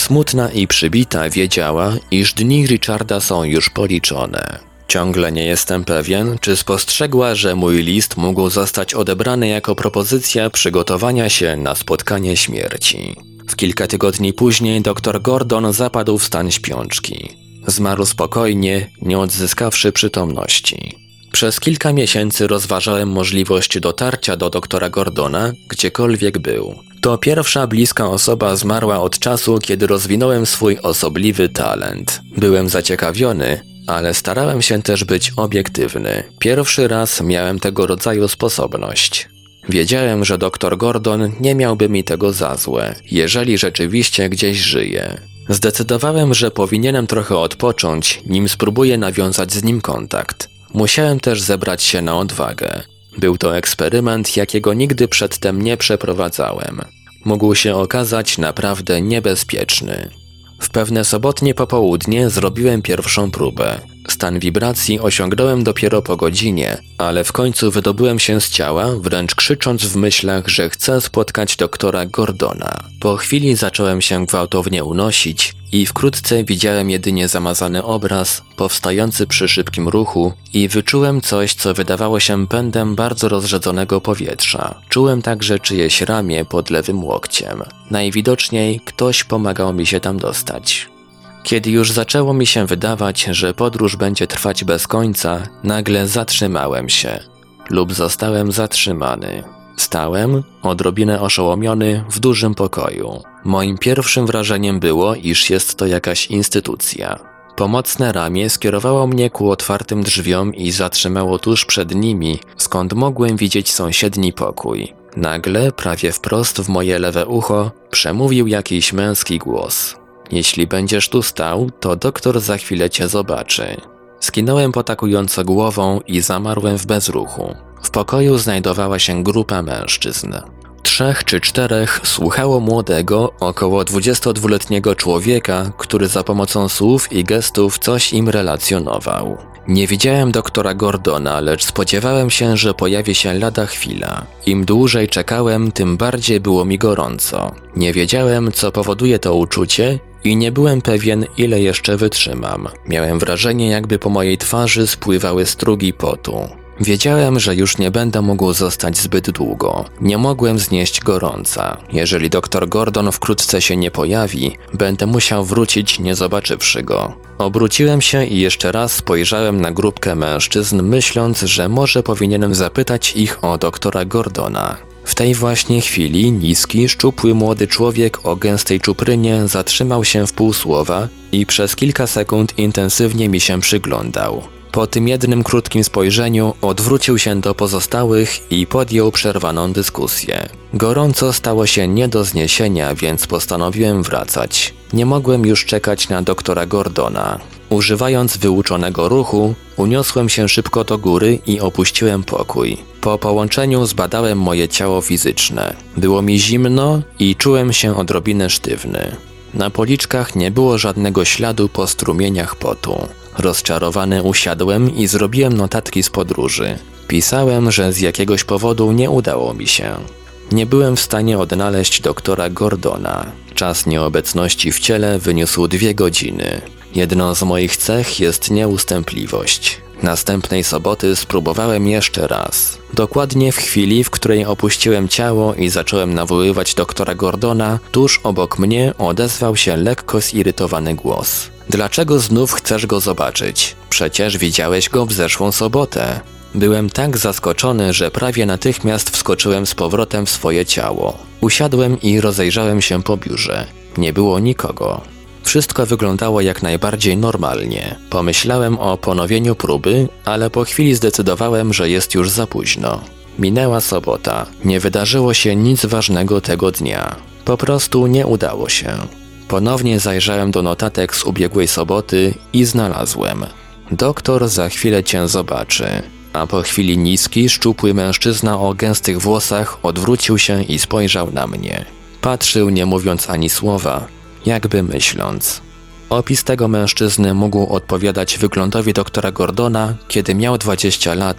Smutna i przybita wiedziała, iż dni Richarda są już policzone. Ciągle nie jestem pewien, czy spostrzegła, że mój list mógł zostać odebrany jako propozycja przygotowania się na spotkanie śmierci. W kilka tygodni później dr Gordon zapadł w stan śpiączki. Zmarł spokojnie, nie odzyskawszy przytomności. Przez kilka miesięcy rozważałem możliwość dotarcia do doktora Gordona, gdziekolwiek był. To pierwsza bliska osoba zmarła od czasu, kiedy rozwinąłem swój osobliwy talent. Byłem zaciekawiony, ale starałem się też być obiektywny. Pierwszy raz miałem tego rodzaju sposobność. Wiedziałem, że dr Gordon nie miałby mi tego za złe, jeżeli rzeczywiście gdzieś żyje. Zdecydowałem, że powinienem trochę odpocząć, nim spróbuję nawiązać z nim kontakt. Musiałem też zebrać się na odwagę. Był to eksperyment, jakiego nigdy przedtem nie przeprowadzałem. Mógł się okazać naprawdę niebezpieczny. W pewne sobotnie popołudnie zrobiłem pierwszą próbę. Stan wibracji osiągnąłem dopiero po godzinie, ale w końcu wydobyłem się z ciała, wręcz krzycząc w myślach, że chcę spotkać doktora Gordona. Po chwili zacząłem się gwałtownie unosić i wkrótce widziałem jedynie zamazany obraz, powstający przy szybkim ruchu i wyczułem coś, co wydawało się pędem bardzo rozrzedzonego powietrza. Czułem także czyjeś ramię pod lewym łokciem. Najwidoczniej ktoś pomagał mi się tam dostać. Kiedy już zaczęło mi się wydawać, że podróż będzie trwać bez końca, nagle zatrzymałem się. Lub zostałem zatrzymany. Stałem, odrobinę oszołomiony, w dużym pokoju. Moim pierwszym wrażeniem było, iż jest to jakaś instytucja. Pomocne ramię skierowało mnie ku otwartym drzwiom i zatrzymało tuż przed nimi, skąd mogłem widzieć sąsiedni pokój. Nagle, prawie wprost w moje lewe ucho, przemówił jakiś męski głos. Jeśli będziesz tu stał, to doktor za chwilę cię zobaczy. Skinąłem potakująco głową i zamarłem w bezruchu. W pokoju znajdowała się grupa mężczyzn. 3 czy 4 słuchało młodego, około 22-letniego człowieka, który za pomocą słów i gestów coś im relacjonował. Nie widziałem doktora Gordona, lecz spodziewałem się, że pojawi się lada chwila. Im dłużej czekałem, tym bardziej było mi gorąco. Nie wiedziałem, co powoduje to uczucie i nie byłem pewien, ile jeszcze wytrzymam. Miałem wrażenie, jakby po mojej twarzy spływały strugi potu. Wiedziałem, że już nie będę mógł zostać zbyt długo. Nie mogłem znieść gorąca. Jeżeli dr Gordon wkrótce się nie pojawi, będę musiał wrócić, nie zobaczywszy go. Obróciłem się i jeszcze raz spojrzałem na grupkę mężczyzn, myśląc, że może powinienem zapytać ich o doktora Gordona. W tej właśnie chwili niski, szczupły młody człowiek o gęstej czuprynie zatrzymał się w półsłowa i przez kilka sekund intensywnie mi się przyglądał. Po tym jednym krótkim spojrzeniu odwrócił się do pozostałych i podjął przerwaną dyskusję. Gorąco stało się nie do zniesienia, więc postanowiłem wracać. Nie mogłem już czekać na doktora Gordona. Używając wyuczonego ruchu, uniosłem się szybko do góry i opuściłem pokój. Po połączeniu zbadałem moje ciało fizyczne. Było mi zimno i czułem się odrobinę sztywny. Na policzkach nie było żadnego śladu po strumieniach potu. Rozczarowany usiadłem i zrobiłem notatki z podróży. Pisałem, że z jakiegoś powodu nie udało mi się. Nie byłem w stanie odnaleźć doktora Gordona. Czas nieobecności w ciele wyniósł 2 godziny. Jedną z moich cech jest nieustępliwość. Następnej soboty spróbowałem jeszcze raz. Dokładnie w chwili, w której opuściłem ciało i zacząłem nawoływać doktora Gordona, tuż obok mnie odezwał się lekko zirytowany głos. Dlaczego znów chcesz go zobaczyć? Przecież widziałeś go w zeszłą sobotę. Byłem tak zaskoczony, że prawie natychmiast wskoczyłem z powrotem w swoje ciało. Usiadłem i rozejrzałem się po biurze. Nie było nikogo. Wszystko wyglądało jak najbardziej normalnie. Pomyślałem o ponowieniu próby, ale po chwili zdecydowałem, że jest już za późno. Minęła sobota. Nie wydarzyło się nic ważnego tego dnia. Po prostu nie udało się. Ponownie zajrzałem do notatek z ubiegłej soboty i znalazłem. Doktor za chwilę cię zobaczy. A po chwili niski, szczupły mężczyzna o gęstych włosach odwrócił się i spojrzał na mnie. Patrzył, nie mówiąc ani słowa, jakby myśląc. Opis tego mężczyzny mógł odpowiadać wyglądowi doktora Gordona, kiedy miał 20 lat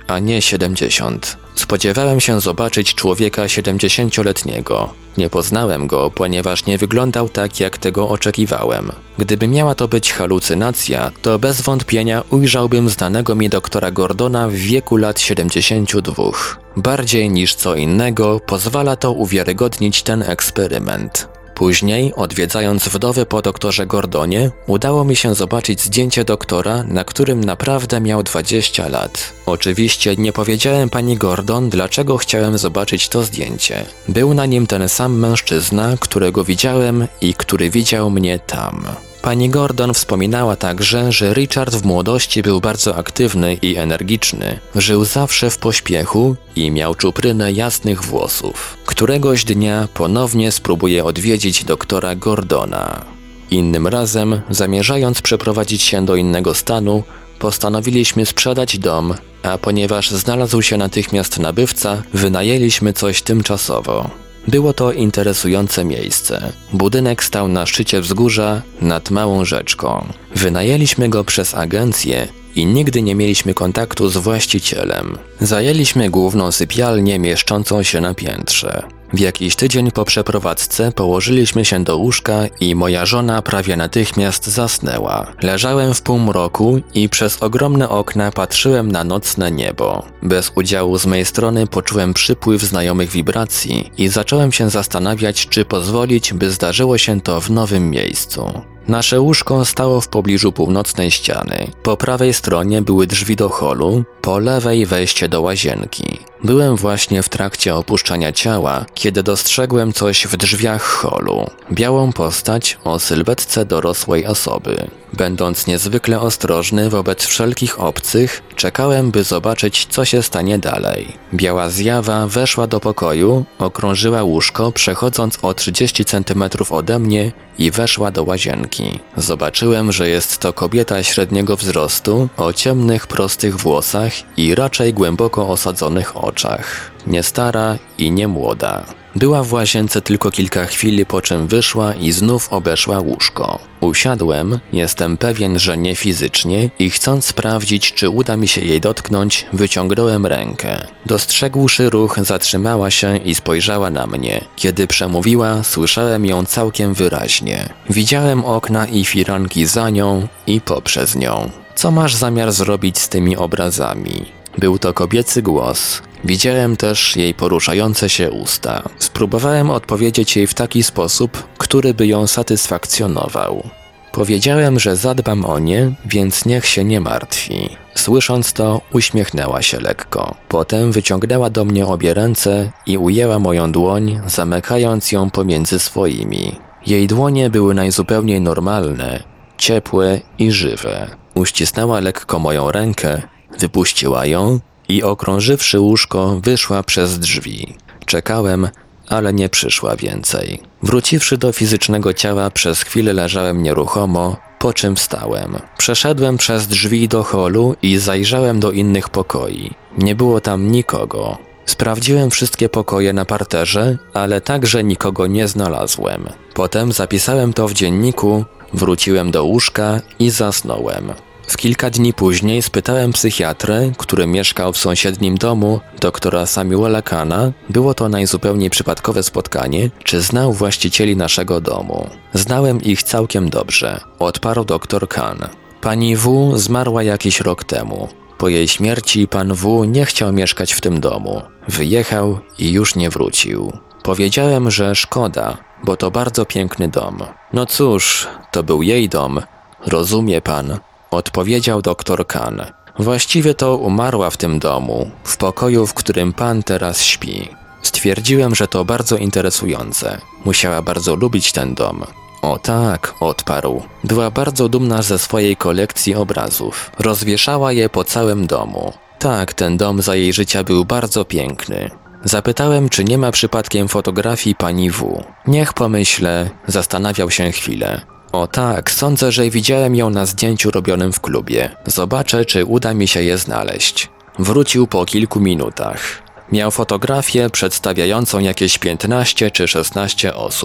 a nie 70. Spodziewałem się zobaczyć człowieka 70-letniego. Nie poznałem go, ponieważ nie wyglądał tak, jak tego oczekiwałem. Gdyby miała to być halucynacja, to bez wątpienia ujrzałbym znanego mi doktora Gordona w wieku lat 72. Bardziej niż co innego pozwala to uwiarygodnić ten eksperyment. Później, odwiedzając wdowę po doktorze Gordonie, udało mi się zobaczyć zdjęcie doktora, na którym naprawdę miał 20 lat. Oczywiście nie powiedziałem pani Gordon, dlaczego chciałem zobaczyć to zdjęcie. Był na nim ten sam mężczyzna, którego widziałem i który widział mnie tam. Pani Gordon wspominała także, że Richard w młodości był bardzo aktywny i energiczny, żył zawsze w pośpiechu i miał czuprynę jasnych włosów. Któregoś dnia ponownie spróbuję odwiedzić doktora Gordona. Innym razem, zamierzając przeprowadzić się do innego stanu, postanowiliśmy sprzedać dom, a ponieważ znalazł się natychmiast nabywca, wynajęliśmy coś tymczasowo. Było to interesujące miejsce. Budynek stał na szczycie wzgórza nad małą rzeczką. Wynajęliśmy go przez agencję i nigdy nie mieliśmy kontaktu z właścicielem. Zajęliśmy główną sypialnię mieszczącą się na piętrze. W jakiś tydzień po przeprowadzce położyliśmy się do łóżka i moja żona prawie natychmiast zasnęła. Leżałem w półmroku i przez ogromne okna patrzyłem na nocne niebo. Bez udziału z mojej strony poczułem przypływ znajomych wibracji i zacząłem się zastanawiać, czy pozwolić, by zdarzyło się to w nowym miejscu. Nasze łóżko stało w pobliżu północnej ściany. Po prawej stronie były drzwi do holu, po lewej wejście do łazienki. Byłem właśnie w trakcie opuszczania ciała, kiedy dostrzegłem coś w drzwiach holu. Białą postać o sylwetce dorosłej osoby. Będąc niezwykle ostrożny wobec wszelkich obcych, czekałem, by zobaczyć, co się stanie dalej. Biała zjawa weszła do pokoju, okrążyła łóżko, przechodząc o 30 cm ode mnie i weszła do łazienki. Zobaczyłem, że jest to kobieta średniego wzrostu, o ciemnych, prostych włosach i raczej głęboko osadzonych oczach. Nie stara i nie młoda. Była w łazience tylko kilka chwil, po czym wyszła i znów obeszła łóżko. Usiadłem, jestem pewien, że nie fizycznie, i chcąc sprawdzić, czy uda mi się jej dotknąć, wyciągnąłem rękę. Dostrzegłszy ruch, zatrzymała się i spojrzała na mnie. Kiedy przemówiła, słyszałem ją całkiem wyraźnie. Widziałem okna i firanki za nią i poprzez nią. Co masz zamiar zrobić z tymi obrazami? Był to kobiecy głos. Widziałem też jej poruszające się usta. Spróbowałem odpowiedzieć jej w taki sposób, który by ją satysfakcjonował. Powiedziałem, że zadbam o nie, więc niech się nie martwi. Słysząc to, uśmiechnęła się lekko. Potem wyciągnęła do mnie obie ręce i ujęła moją dłoń, zamykając ją pomiędzy swoimi. Jej dłonie były najzupełniej normalne, ciepłe i żywe. Uścisnęła lekko moją rękę, wypuściła ją i okrążywszy łóżko, wyszła przez drzwi. Czekałem, ale nie przyszła więcej. Wróciwszy do fizycznego ciała, przez chwilę leżałem nieruchomo, po czym wstałem. Przeszedłem przez drzwi do holu i zajrzałem do innych pokoi. Nie było tam nikogo. Sprawdziłem wszystkie pokoje na parterze, ale także nikogo nie znalazłem. Potem zapisałem to w dzienniku, wróciłem do łóżka i zasnąłem. W kilka dni później spytałem psychiatrę, który mieszkał w sąsiednim domu, doktora Samuela Kana, było to najzupełniej przypadkowe spotkanie, czy znał właścicieli naszego domu. Znałem ich całkiem dobrze, odparł doktor Kan. Pani W. zmarła jakiś rok temu. Po jej śmierci pan W. nie chciał mieszkać w tym domu. Wyjechał i już nie wrócił. Powiedziałem, że szkoda, bo to bardzo piękny dom. No cóż, to był jej dom, rozumie pan. Odpowiedział doktor Kan. Właściwie to umarła w tym domu, w pokoju, w którym pan teraz śpi. Stwierdziłem, że to bardzo interesujące. Musiała bardzo lubić ten dom. O tak, odparł. Była bardzo dumna ze swojej kolekcji obrazów. Rozwieszała je po całym domu. Tak, ten dom za jej życia był bardzo piękny. Zapytałem, czy nie ma przypadkiem fotografii pani W. Niech pomyślę, zastanawiał się chwilę. O tak, sądzę, że widziałem ją na zdjęciu robionym w klubie. Zobaczę, czy uda mi się je znaleźć. Wrócił po kilku minutach. Miał fotografię przedstawiającą jakieś 15 czy 16 osób.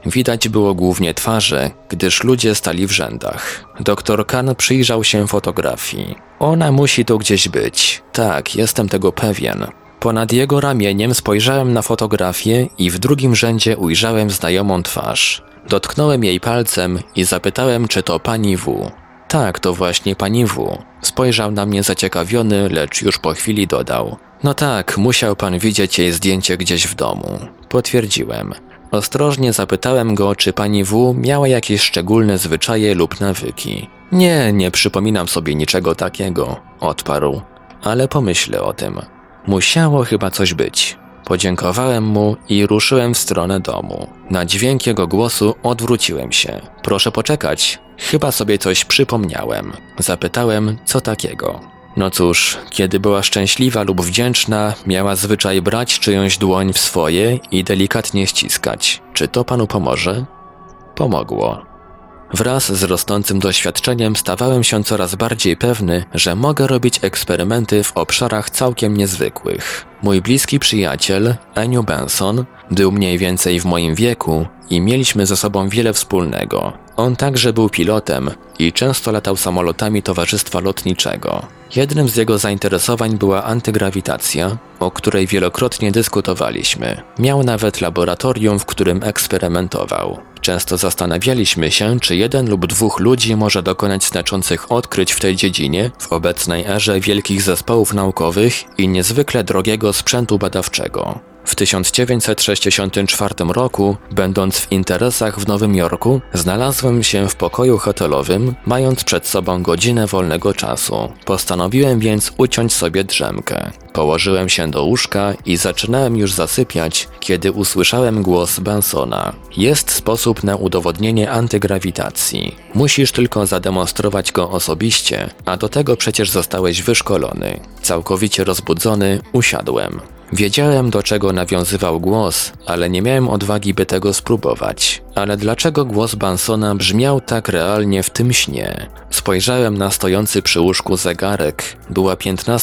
Widać było głównie twarze, gdyż ludzie stali w rzędach. Doktor Kahn przyjrzał się fotografii. Ona musi tu gdzieś być. Tak, jestem tego pewien. Ponad jego ramieniem spojrzałem na fotografię i w drugim rzędzie ujrzałem znajomą twarz. Dotknąłem jej palcem i zapytałem, czy to pani W. Tak, to właśnie pani W. Spojrzał na mnie zaciekawiony, lecz już po chwili dodał. No tak, musiał pan widzieć jej zdjęcie gdzieś w domu. Potwierdziłem. Ostrożnie zapytałem go, czy pani W. miała jakieś szczególne zwyczaje lub nawyki. Nie przypominam sobie niczego takiego, odparł. Ale pomyślę o tym. Musiało chyba coś być. Podziękowałem mu i ruszyłem w stronę domu. Na dźwięk jego głosu odwróciłem się. Proszę poczekać, chyba sobie coś przypomniałem. Zapytałem, co takiego. No cóż, kiedy była szczęśliwa lub wdzięczna, miała zwyczaj brać czyjąś dłoń w swoje i delikatnie ściskać. Czy to panu pomoże? Pomogło. Wraz z rosnącym doświadczeniem stawałem się coraz bardziej pewny, że mogę robić eksperymenty w obszarach całkiem niezwykłych. Mój bliski przyjaciel, Eniu Benson, był mniej więcej w moim wieku i mieliśmy ze sobą wiele wspólnego. On także był pilotem i często latał samolotami Towarzystwa Lotniczego. Jednym z jego zainteresowań była antygrawitacja, o której wielokrotnie dyskutowaliśmy. Miał nawet laboratorium, w którym eksperymentował. Często zastanawialiśmy się, czy jeden lub dwóch ludzi może dokonać znaczących odkryć w tej dziedzinie w obecnej erze wielkich zespołów naukowych i niezwykle drogiego sprzętu badawczego. W 1964 roku, będąc w interesach w Nowym Jorku, znalazłem się w pokoju hotelowym, mając przed sobą godzinę wolnego czasu. Postanowiłem więc uciąć sobie drzemkę. Położyłem się do łóżka i zaczynałem już zasypiać, kiedy usłyszałem głos Bensona. Jest sposób na udowodnienie antygrawitacji. Musisz tylko zademonstrować go osobiście, a do tego przecież zostałeś wyszkolony. Całkowicie rozbudzony, usiadłem. Wiedziałem, do czego nawiązywał głos, ale nie miałem odwagi, by tego spróbować. Ale dlaczego głos Bensona brzmiał tak realnie w tym śnie? Spojrzałem na stojący przy łóżku zegarek. Była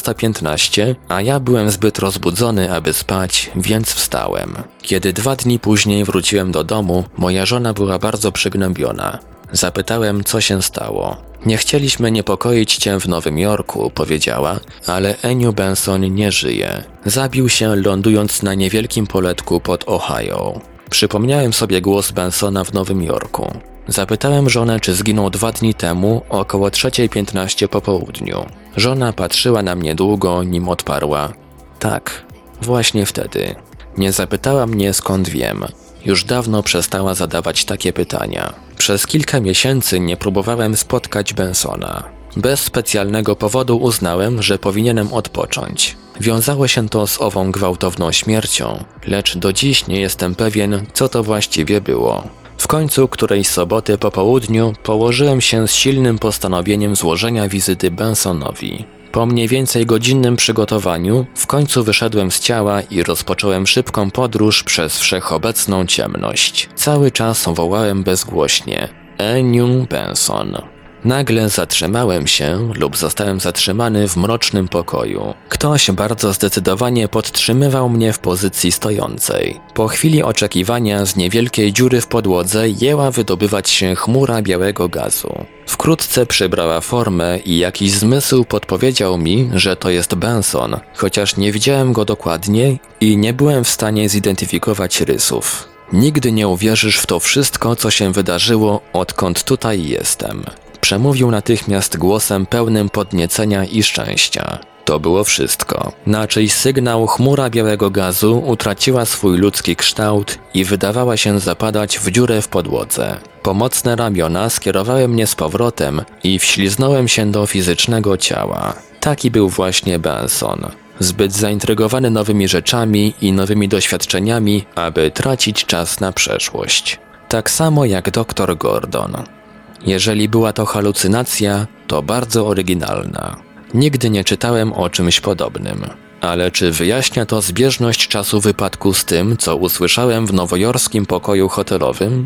15:15, a ja byłem zbyt rozbudzony, aby spać, więc wstałem. Kiedy 2 dni później wróciłem do domu, moja żona była bardzo przygnębiona. Zapytałem, co się stało. Nie chcieliśmy niepokoić cię w Nowym Jorku, powiedziała, ale Eniu Benson nie żyje. Zabił się, lądując na niewielkim poletku pod Ohio. Przypomniałem sobie głos Bensona w Nowym Jorku. Zapytałem żonę, czy zginął 2 dni temu, około 3:15 po południu. Żona patrzyła na mnie długo, nim odparła. Tak, właśnie wtedy. Nie zapytała mnie, skąd wiem. Już dawno przestała zadawać takie pytania. Przez kilka miesięcy nie próbowałem spotkać Bensona. Bez specjalnego powodu uznałem, że powinienem odpocząć. Wiązało się to z ową gwałtowną śmiercią, lecz do dziś nie jestem pewien, co to właściwie było. W końcu którejś soboty po południu położyłem się z silnym postanowieniem złożenia wizyty Bensonowi. Po mniej więcej godzinnym przygotowaniu w końcu wyszedłem z ciała i rozpocząłem szybką podróż przez wszechobecną ciemność. Cały czas wołałem bezgłośnie: Eniu Benson. Nagle zatrzymałem się lub zostałem zatrzymany w mrocznym pokoju. Ktoś bardzo zdecydowanie podtrzymywał mnie w pozycji stojącej. Po chwili oczekiwania z niewielkiej dziury w podłodze jęła wydobywać się chmura białego gazu. Wkrótce przybrała formę i jakiś zmysł podpowiedział mi, że to jest Benson, chociaż nie widziałem go dokładnie i nie byłem w stanie zidentyfikować rysów. Nigdy nie uwierzysz w to wszystko, co się wydarzyło, odkąd tutaj jestem. Przemówił natychmiast głosem pełnym podniecenia i szczęścia. To było wszystko. Na czyjś sygnał chmura białego gazu utraciła swój ludzki kształt i wydawała się zapadać w dziurę w podłodze. Pomocne ramiona skierowały mnie z powrotem i wśliznąłem się do fizycznego ciała. Taki był właśnie Benson. Zbyt zaintrygowany nowymi rzeczami i nowymi doświadczeniami, aby tracić czas na przeszłość. Tak samo jak dr Gordon. Jeżeli była to halucynacja, to bardzo oryginalna. Nigdy nie czytałem o czymś podobnym. Ale czy wyjaśnia to zbieżność czasu wypadku z tym, co usłyszałem w nowojorskim pokoju hotelowym?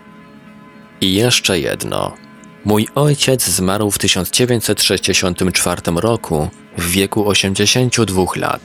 I jeszcze jedno. Mój ojciec zmarł w 1964 roku w wieku 82 lat.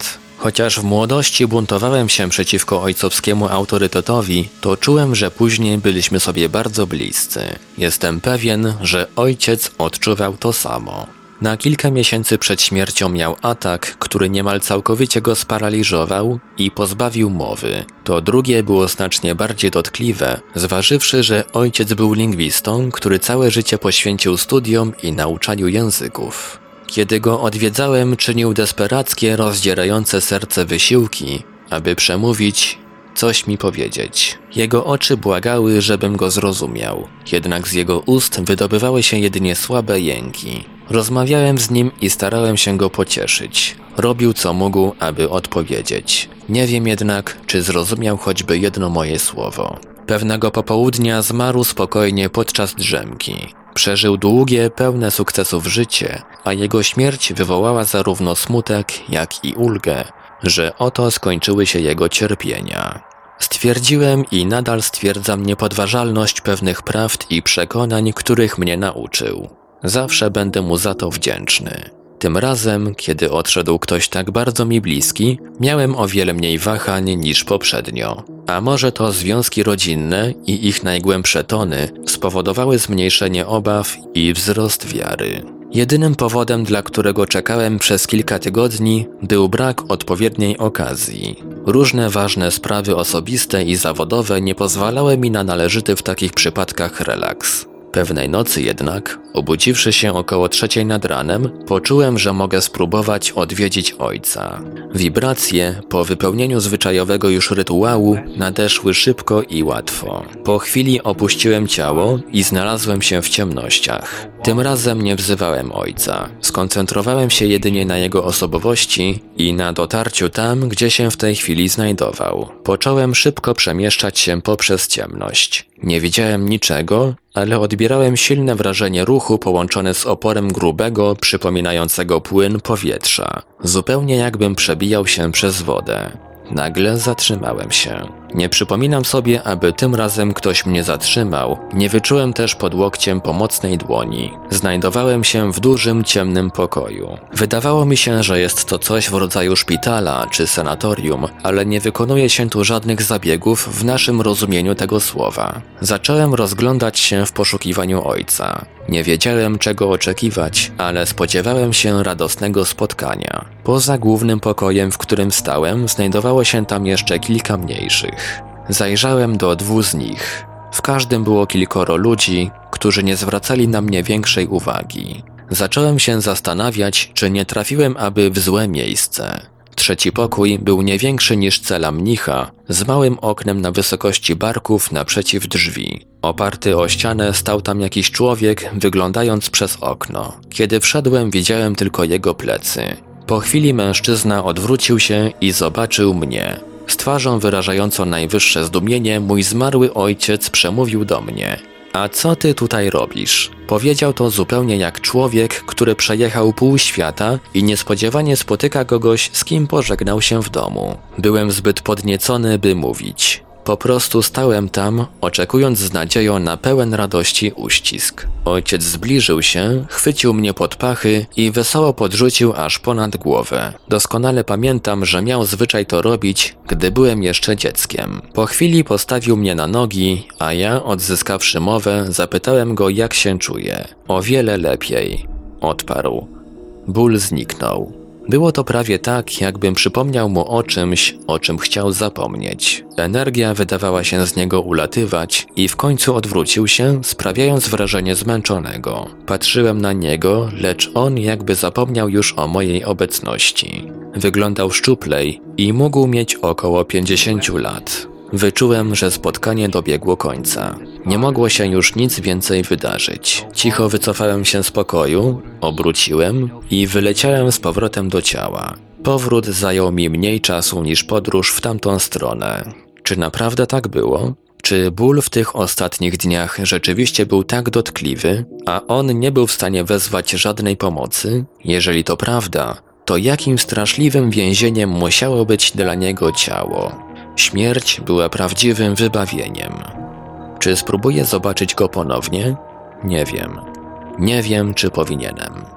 Chociaż w młodości buntowałem się przeciwko ojcowskiemu autorytetowi, to czułem, że później byliśmy sobie bardzo bliscy. Jestem pewien, że ojciec odczuwał to samo. Na kilka miesięcy przed śmiercią miał atak, który niemal całkowicie go sparaliżował i pozbawił mowy. To drugie było znacznie bardziej dotkliwe, zważywszy, że ojciec był lingwistą, który całe życie poświęcił studiom i nauczaniu języków. Kiedy go odwiedzałem, czynił desperackie, rozdzierające serce wysiłki, aby przemówić, coś mi powiedzieć. Jego oczy błagały, żebym go zrozumiał, jednak z jego ust wydobywały się jedynie słabe jęki. Rozmawiałem z nim i starałem się go pocieszyć. Robił co mógł, aby odpowiedzieć. Nie wiem jednak, czy zrozumiał choćby jedno moje słowo. Pewnego popołudnia zmarł spokojnie podczas drzemki. Przeżył długie, pełne sukcesów życie, a jego śmierć wywołała zarówno smutek, jak i ulgę, że oto skończyły się jego cierpienia. Stwierdziłem i nadal stwierdzam niepodważalność pewnych prawd i przekonań, których mnie nauczył. Zawsze będę mu za to wdzięczny. Tym razem, kiedy odszedł ktoś tak bardzo mi bliski, miałem o wiele mniej wahań niż poprzednio. A może to związki rodzinne i ich najgłębsze tony spowodowały zmniejszenie obaw i wzrost wiary. Jedynym powodem, dla którego czekałem przez kilka tygodni, był brak odpowiedniej okazji. Różne ważne sprawy osobiste i zawodowe nie pozwalały mi na należyty w takich przypadkach relaks. Pewnej nocy jednak, obudziwszy się około 3 nad ranem, poczułem, że mogę spróbować odwiedzić ojca. Wibracje, po wypełnieniu zwyczajowego już rytuału, nadeszły szybko i łatwo. Po chwili opuściłem ciało i znalazłem się w ciemnościach. Tym razem nie wzywałem ojca. Skoncentrowałem się jedynie na jego osobowości i na dotarciu tam, gdzie się w tej chwili znajdował. Począłem szybko przemieszczać się poprzez ciemność. Nie widziałem niczego, ale odbierałem silne wrażenie ruchu połączone z oporem grubego, przypominającego płyn powietrza. Zupełnie jakbym przebijał się przez wodę. Nagle zatrzymałem się. Nie przypominam sobie, aby tym razem ktoś mnie zatrzymał. Nie wyczułem też pod łokciem pomocnej dłoni. Znajdowałem się w dużym, ciemnym pokoju. Wydawało mi się, że jest to coś w rodzaju szpitala czy sanatorium, ale nie wykonuje się tu żadnych zabiegów w naszym rozumieniu tego słowa. Zacząłem rozglądać się w poszukiwaniu ojca. Nie wiedziałem, czego oczekiwać, ale spodziewałem się radosnego spotkania. Poza głównym pokojem, w którym stałem, znajdowało się tam jeszcze kilka mniejszych. Zajrzałem do 2 z nich. W każdym było kilkoro ludzi, którzy nie zwracali na mnie większej uwagi. Zacząłem się zastanawiać, czy nie trafiłem aby w złe miejsce. 3. pokój był nie większy niż cela mnicha, z małym oknem na wysokości barków naprzeciw drzwi. Oparty o ścianę stał tam jakiś człowiek, wyglądając przez okno. Kiedy wszedłem, widziałem tylko jego plecy. Po chwili mężczyzna odwrócił się i zobaczył mnie. Z twarzą wyrażającą najwyższe zdumienie mój zmarły ojciec przemówił do mnie. A co ty tutaj robisz? Powiedział to zupełnie jak człowiek, który przejechał pół świata i niespodziewanie spotyka kogoś, z kim pożegnał się w domu. Byłem zbyt podniecony, by mówić. Po prostu stałem tam, oczekując z nadzieją na pełen radości uścisk. Ojciec zbliżył się, chwycił mnie pod pachy i wesoło podrzucił aż ponad głowę. Doskonale pamiętam, że miał zwyczaj to robić, gdy byłem jeszcze dzieckiem. Po chwili postawił mnie na nogi, a ja, odzyskawszy mowę, zapytałem go, jak się czuje. O wiele lepiej, odparł. Ból zniknął. Było to prawie tak, jakbym przypomniał mu o czymś, o czym chciał zapomnieć. Energia wydawała się z niego ulatywać i w końcu odwrócił się, sprawiając wrażenie zmęczonego. Patrzyłem na niego, lecz on jakby zapomniał już o mojej obecności. Wyglądał szczuplej i mógł mieć około 50 lat. Wyczułem, że spotkanie dobiegło końca. Nie mogło się już nic więcej wydarzyć. Cicho wycofałem się z pokoju, obróciłem i wyleciałem z powrotem do ciała. Powrót zajął mi mniej czasu niż podróż w tamtą stronę. Czy naprawdę tak było? Czy ból w tych ostatnich dniach rzeczywiście był tak dotkliwy, a on nie był w stanie wezwać żadnej pomocy? Jeżeli to prawda, to jakim straszliwym więzieniem musiało być dla niego ciało? Śmierć była prawdziwym wybawieniem. Czy spróbuję zobaczyć go ponownie? Nie wiem. Nie wiem, czy powinienem.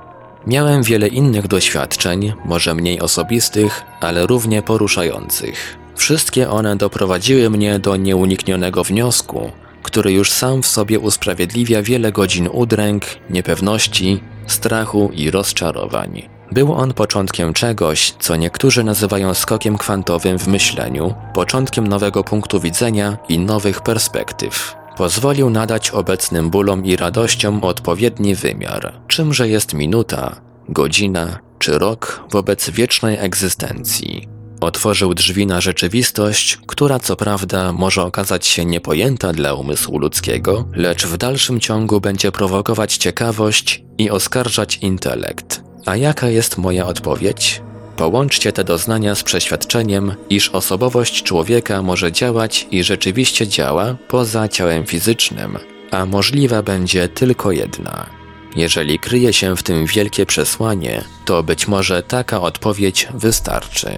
Miałem wiele innych doświadczeń, może mniej osobistych, ale równie poruszających. Wszystkie one doprowadziły mnie do nieuniknionego wniosku, który już sam w sobie usprawiedliwia wiele godzin udręk, niepewności, strachu i rozczarowań. Był on początkiem czegoś, co niektórzy nazywają skokiem kwantowym w myśleniu, początkiem nowego punktu widzenia i nowych perspektyw. Pozwolił nadać obecnym bólom i radościom odpowiedni wymiar. Czymże jest minuta, godzina czy rok wobec wiecznej egzystencji? Otworzył drzwi na rzeczywistość, która co prawda może okazać się niepojęta dla umysłu ludzkiego, lecz w dalszym ciągu będzie prowokować ciekawość i oskarżać intelekt. A jaka jest moja odpowiedź? Połączcie te doznania z przeświadczeniem, iż osobowość człowieka może działać i rzeczywiście działa poza ciałem fizycznym, a możliwa będzie tylko jedna. Jeżeli kryje się w tym wielkie przesłanie, to być może taka odpowiedź wystarczy.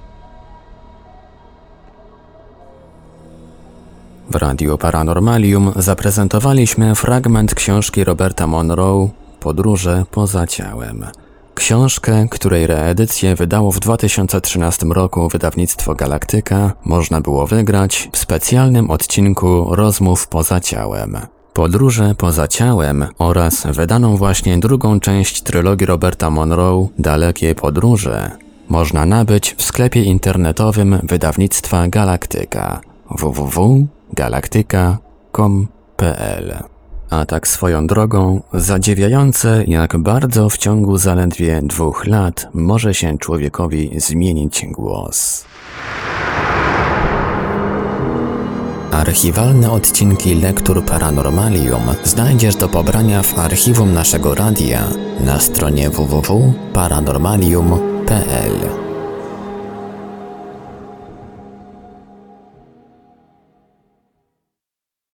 W Radiu Paranormalium zaprezentowaliśmy fragment książki Roberta Monroe „Podróże poza ciałem”. Książkę, której reedycję wydało w 2013 roku wydawnictwo Galaktyka, można było wygrać w specjalnym odcinku Rozmów poza ciałem. Podróże poza ciałem oraz wydaną właśnie drugą część trylogii Roberta Monroe Dalekie podróże można nabyć w sklepie internetowym wydawnictwa Galaktyka www.galaktyka.com.pl. A tak swoją drogą, zadziwiające, jak bardzo w ciągu zaledwie 2 lat może się człowiekowi zmienić głos. Archiwalne odcinki Lektur Paranormalium znajdziesz do pobrania w archiwum naszego radia na stronie www.paranormalium.pl.